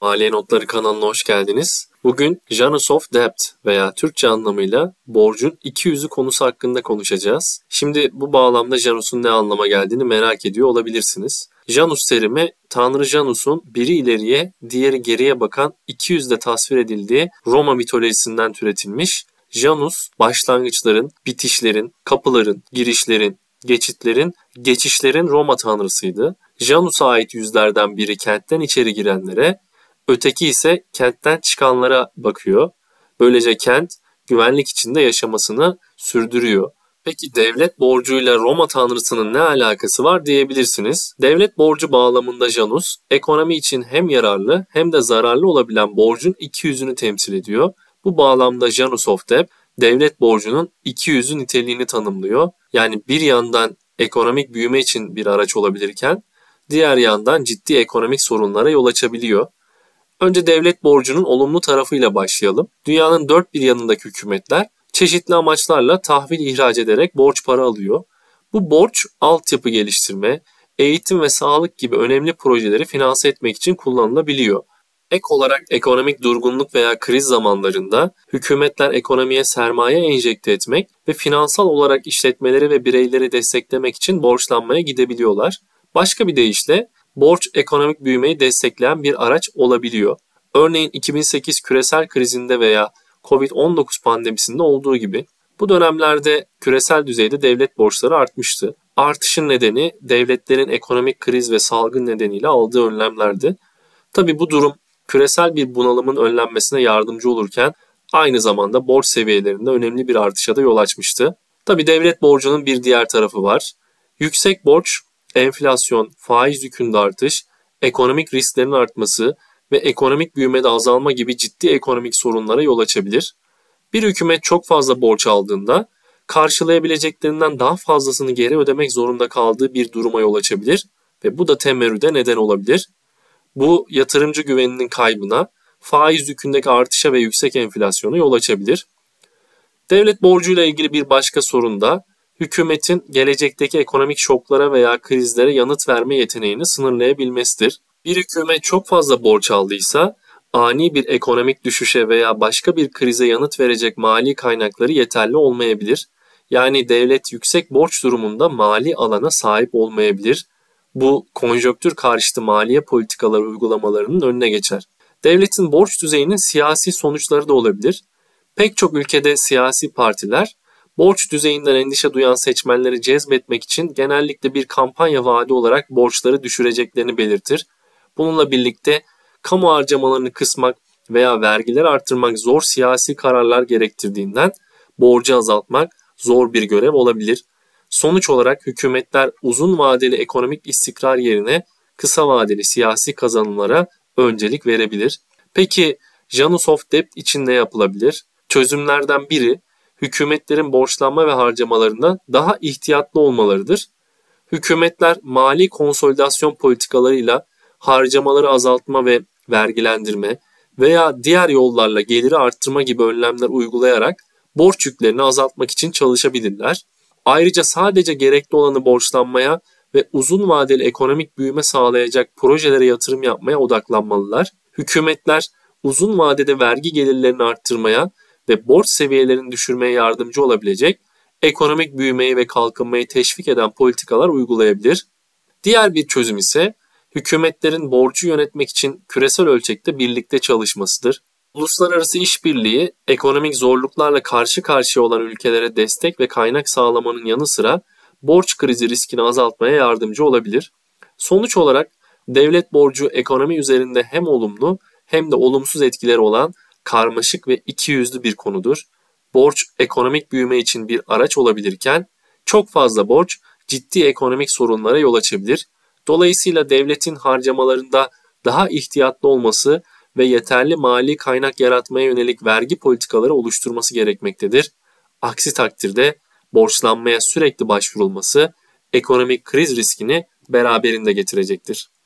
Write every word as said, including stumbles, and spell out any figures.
Maliye Notları kanalına hoş geldiniz. Bugün Janus of Debt veya Türkçe anlamıyla borcun iki yüzü konusu hakkında konuşacağız. Şimdi bu bağlamda Janus'un ne anlama geldiğini merak ediyor olabilirsiniz. Janus terimi Tanrı Janus'un biri ileriye, diğeri geriye bakan iki yüzle tasvir edildiği Roma mitolojisinden türetilmiş. Janus, başlangıçların, bitişlerin, kapıların, girişlerin, geçitlerin, geçişlerin Roma tanrısıydı. Janus'a ait yüzlerden biri kentten içeri girenlere, öteki ise kentten çıkanlara bakıyor. Böylece kent güvenlik içinde yaşamasını sürdürüyor. Peki devlet borcuyla Roma tanrısının ne alakası var diyebilirsiniz. Devlet borcu bağlamında Janus, ekonomi için hem yararlı hem de zararlı olabilen borcun iki yüzünü temsil ediyor. Bu bağlamda Janus of Debt, devlet borcunun iki yüzü niteliğini tanımlıyor. Yani bir yandan ekonomik büyüme için bir araç olabilirken, diğer yandan ciddi ekonomik sorunlara yol açabiliyor. Önce devlet borcunun olumlu tarafıyla başlayalım. Dünyanın dört bir yanındaki hükümetler çeşitli amaçlarla tahvil ihraç ederek borç para alıyor. Bu borç altyapı geliştirme, eğitim ve sağlık gibi önemli projeleri finanse etmek için kullanılabiliyor. Ek olarak ekonomik durgunluk veya kriz zamanlarında hükümetler ekonomiye sermaye enjekte etmek ve finansal olarak işletmeleri ve bireyleri desteklemek için borçlanmaya gidebiliyorlar. Başka bir deyişle borç ekonomik büyümeyi destekleyen bir araç olabiliyor. Örneğin iki bin sekiz küresel krizinde veya kovid on dokuz pandemisinde olduğu gibi. Bu dönemlerde küresel düzeyde devlet borçları artmıştı. Artışın nedeni devletlerin ekonomik kriz ve salgın nedeniyle aldığı önlemlerdi. Tabii bu durum küresel bir bunalımın önlenmesine yardımcı olurken aynı zamanda borç seviyelerinde önemli bir artışa da yol açmıştı. Tabii devlet borcunun bir diğer tarafı var. Yüksek borç, enflasyon, faiz yükünde artış, ekonomik risklerin artması ve ekonomik büyümede azalma gibi ciddi ekonomik sorunlara yol açabilir. Bir hükümet çok fazla borç aldığında karşılayabileceklerinden daha fazlasını geri ödemek zorunda kaldığı bir duruma yol açabilir ve bu da temerrüde neden olabilir. Bu yatırımcı güveninin kaybına, faiz yükündeki artışa ve yüksek enflasyona yol açabilir. Devlet borcuyla ilgili bir başka sorun da hükümetin gelecekteki ekonomik şoklara veya krizlere yanıt verme yeteneğini sınırlayabilmesidir. Bir hükümet çok fazla borç aldıysa ani bir ekonomik düşüşe veya başka bir krize yanıt verecek mali kaynakları yeterli olmayabilir. Yani devlet yüksek borç durumunda mali alana sahip olmayabilir. Bu konjonktür karşıtı maliye politikaları uygulamalarının önüne geçer. Devletin borç düzeyinin siyasi sonuçları da olabilir. Pek çok ülkede siyasi partiler borç düzeyinden endişe duyan seçmenleri cezbetmek için genellikle bir kampanya vaadi olarak borçları düşüreceklerini belirtir. Bununla birlikte kamu harcamalarını kısmak veya vergileri artırmak zor siyasi kararlar gerektirdiğinden borcu azaltmak zor bir görev olabilir. Sonuç olarak hükümetler uzun vadeli ekonomik istikrar yerine kısa vadeli siyasi kazanımlara öncelik verebilir. Peki Janus of Debt için ne yapılabilir? Çözümlerden biri hükümetlerin borçlanma ve harcamalarında daha ihtiyatlı olmalarıdır. Hükümetler mali konsolidasyon politikalarıyla harcamaları azaltma ve vergilendirme veya diğer yollarla geliri arttırma gibi önlemler uygulayarak borç yüklerini azaltmak için çalışabilirler. Ayrıca sadece gerekli olanı borçlanmaya ve uzun vadeli ekonomik büyüme sağlayacak projelere yatırım yapmaya odaklanmalılar. Hükümetler uzun vadede vergi gelirlerini arttırmaya ve borç seviyelerini düşürmeye yardımcı olabilecek ekonomik büyümeyi ve kalkınmayı teşvik eden politikalar uygulayabilir. Diğer bir çözüm ise hükümetlerin borcu yönetmek için küresel ölçekte birlikte çalışmasıdır. Uluslararası işbirliği ekonomik zorluklarla karşı karşıya olan ülkelere destek ve kaynak sağlamanın yanı sıra borç krizi riskini azaltmaya yardımcı olabilir. Sonuç olarak devlet borcu ekonomi üzerinde hem olumlu hem de olumsuz etkileri olan karmaşık ve ikiyüzlü bir konudur. Borç ekonomik büyüme için bir araç olabilirken çok fazla borç ciddi ekonomik sorunlara yol açabilir. Dolayısıyla devletin harcamalarında daha ihtiyatlı olması ve yeterli mali kaynak yaratmaya yönelik vergi politikaları oluşturması gerekmektedir. Aksi takdirde borçlanmaya sürekli başvurulması ekonomik kriz riskini beraberinde getirecektir.